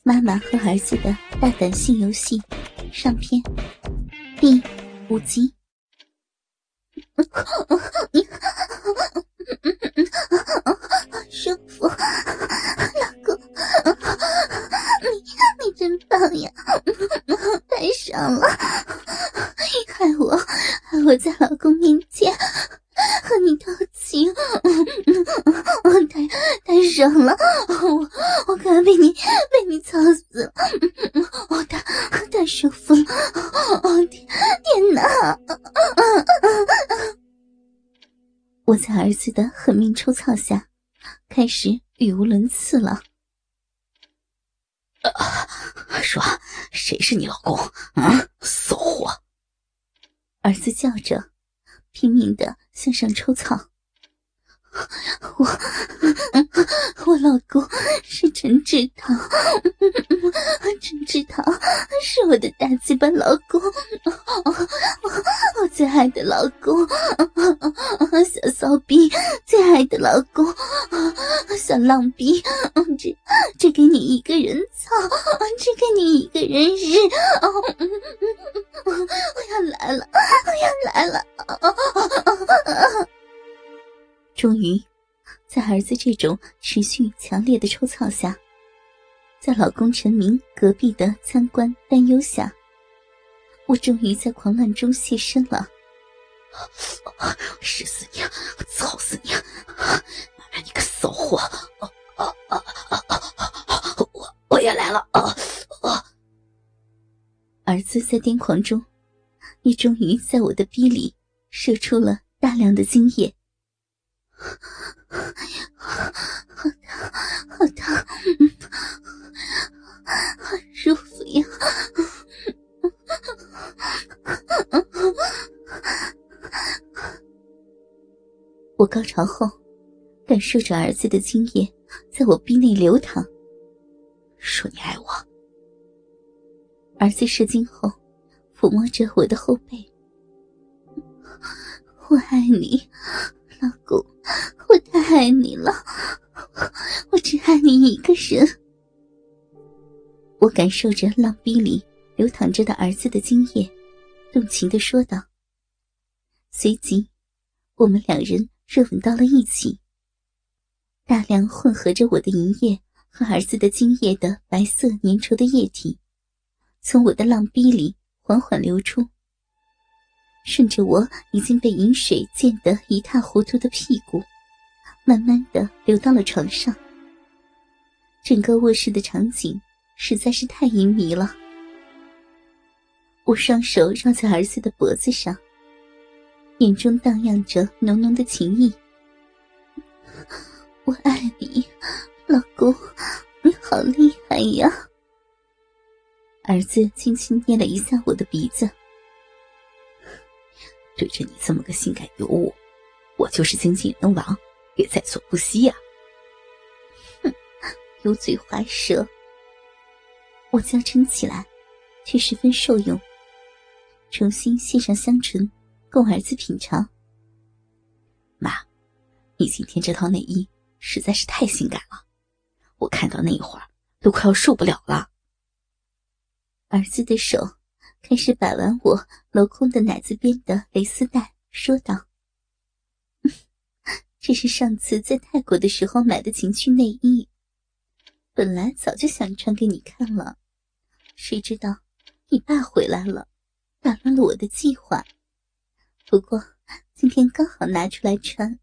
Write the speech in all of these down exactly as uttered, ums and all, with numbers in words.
妈妈和儿子的大胆性游戏上篇第五集。舒服，老公，你你真棒呀，太爽了，害我害我在老公面前和你偷情，太太爽了，我我快被你被你操死了，我太太舒服了，哦天天哪！我在儿子的狠命抽操下，开始语无伦次了。 呃、说谁是你老公啊？骚货！ 儿子叫着，拼命地向上抽操。我我老公是陈志涛，陈志涛是我的大鸡巴老公，我最爱的老公，小骚逼最爱的老公，小浪逼，只只给你一个人操，只给你一个人日，我要来了，我要来了。终于在儿子这种持续强烈的抽操下，在老公陈明隔壁的参观担忧下，我终于在狂乱中现身了。 使死你，操死你！妈妈，你个骚货！啊啊啊啊啊！我我也来了！啊啊！ 儿子在癫狂中，也终于在我的逼里射出了大量的精液。好烫，好烫，好舒服呀！我高潮后，感受着儿子的精液在我逼内流淌。 说你爱我。 儿子射精后，抚摸着我的后背。我爱你，老公，我太爱你了，我只爱你一个人。我感受着浪逼里流淌着的儿子的精液，动情地说道。随即我们两人热吻到了一起，大量混合着我的银液和儿子的精液的白色粘稠的液体从我的浪逼里缓缓流出，顺着我已经被饮水溅得一塌糊涂的屁股，慢慢地流到了床上。整个卧室的场景实在是太淫靡了。我双手绕在儿子的脖子上，眼中荡漾着浓浓的情意。我爱你，老公，你好厉害呀！儿子轻轻捏了一下我的鼻子。 对着你这么个性感尤物，我就是精尽人亡也在所不惜呀、 啊！哼，油嘴滑舌。我娇嗔起来，却十分受用，重新献上香唇供儿子品尝。 妈，你今天这套内衣实在是太性感了，我看到那一会儿都快要受不了了。 儿子的手开始摆完我镂空的奶子边的蕾丝带，说道：这是上次在泰国的时候买的情趣内衣，本来早就想穿给你看了，谁知道你爸回来了，打乱了我的计划。不过今天刚好拿出来穿。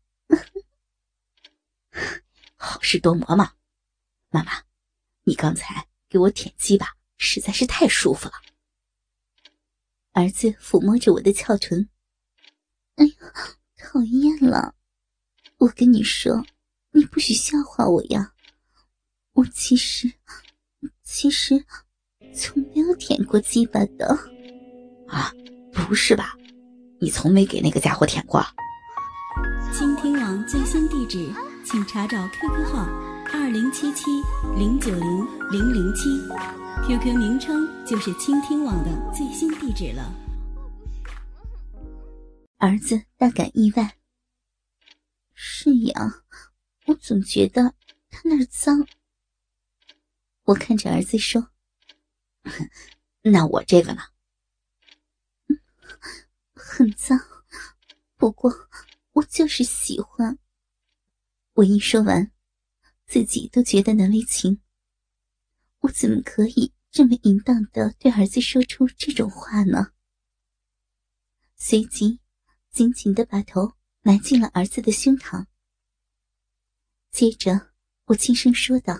好事多磨嘛。妈妈，你刚才给我舔鸡巴实在是太舒服了。 儿子抚摸着我的翘臀。哎呀，讨厌了，我跟你说，你不许笑话我呀，我其实其实从没有舔过鸡巴的。 啊，不是吧，你从没给那个家伙舔过？ 倾听网最新地址请查找 Q Q 号二零七七零九零零零七， Q Q 名称就是倾听网的最新地址了。 儿子大感意外。是呀，我总觉得他那儿脏。 我看着儿子说， 那我这个呢？ 很脏，不过我就是喜欢。我一说完，自己都觉得难为情。我怎么可以这么淫荡地对儿子说出这种话呢？随即紧紧地把头埋进了儿子的胸膛。接着我轻声说道，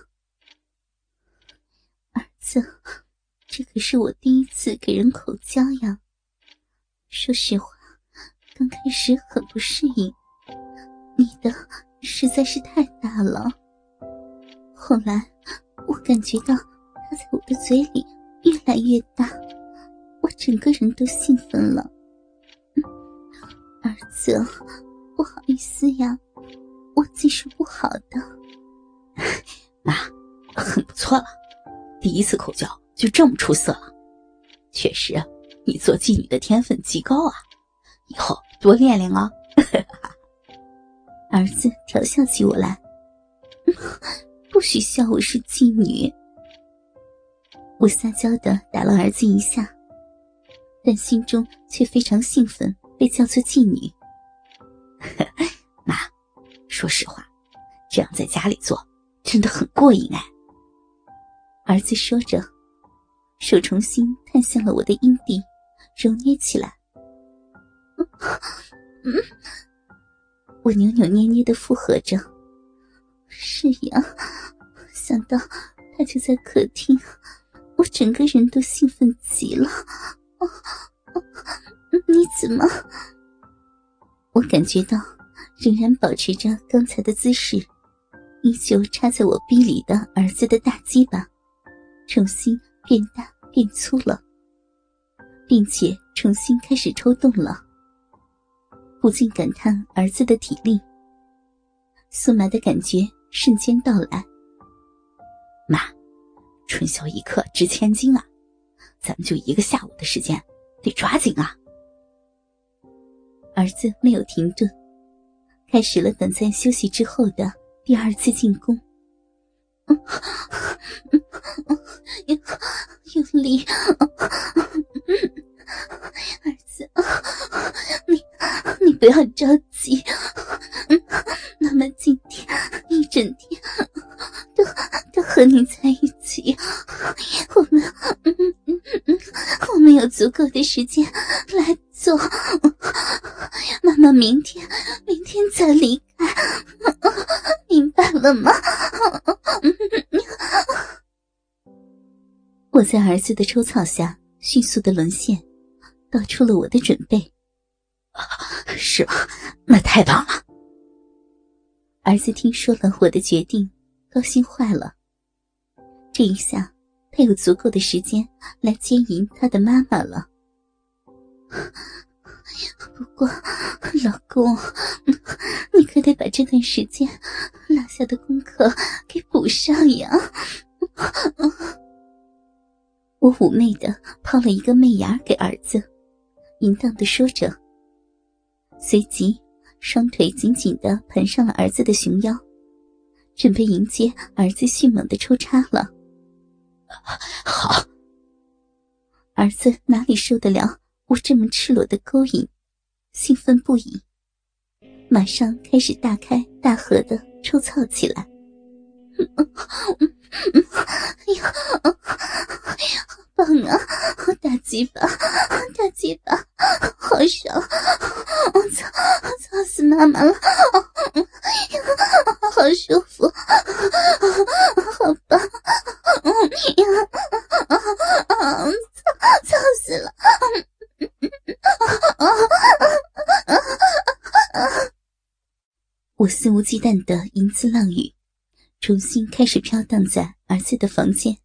儿子，这可是我第一次给人口交呀。说实话，刚开始很不适应，你的实在是太大了。后来我感觉到它在我的嘴里越来越大，我整个人都兴奋了。嗯，儿子，不好意思呀，我技术不好的。 妈，很不错了，第一次口交就这么出色了。确实，你做妓女的天分极高啊，以后多练练啊。 儿子调笑起我来，不许笑我是妓女。我撒娇地打了儿子一下，但心中却非常兴奋被叫做妓女。 妈，说实话，这样在家里做真的很过瘾哎。 儿子说着，手重新探向了我的阴蒂，揉捏起来。嗯，我扭扭捏捏地附和着。是呀，想到他就在客厅，我整个人都兴奋极了。哦哦，你怎么？我感觉到仍然保持着刚才的姿势，依旧插在我逼里的儿子的大鸡巴重新变大变粗了，并且重新开始抽动了。不禁感叹儿子的体力，酥麻的感觉瞬间到来。 妈，春宵一刻值千金啊，咱们就一个下午的时间，得抓紧啊。 儿子没有停顿，开始了短暂休息之后的第二次进攻。用用力，儿子，你你不要着急，妈妈今天一整天都都和你在一起，我们我们有足够的时间来做。妈妈明天明天再离开，明白了吗？我在儿子的抽操下迅速的沦陷，道出了我的准备。 啊，是吗？那太棒了。 儿子听说了我的决定，高兴坏了。这一下他有足够的时间来奸淫他的妈妈了。不过老公，你可得把这段时间落下的功课给补上呀。我妩媚地抛了一个媚牙给儿子，淫荡地说着，随即双腿紧紧地盘上了儿子的熊腰，准备迎接儿子迅猛的抽插了。 好。 儿子哪里受得了我这么赤裸的勾引，兴奋不已，马上开始大开大合地抽操起来。哎呀，好棒啊！大鸡巴，大鸡巴，好爽！操，操死妈妈了！好舒服，好棒！操死了！我肆无忌惮的淫词浪语重新开始飘荡在儿子的房间。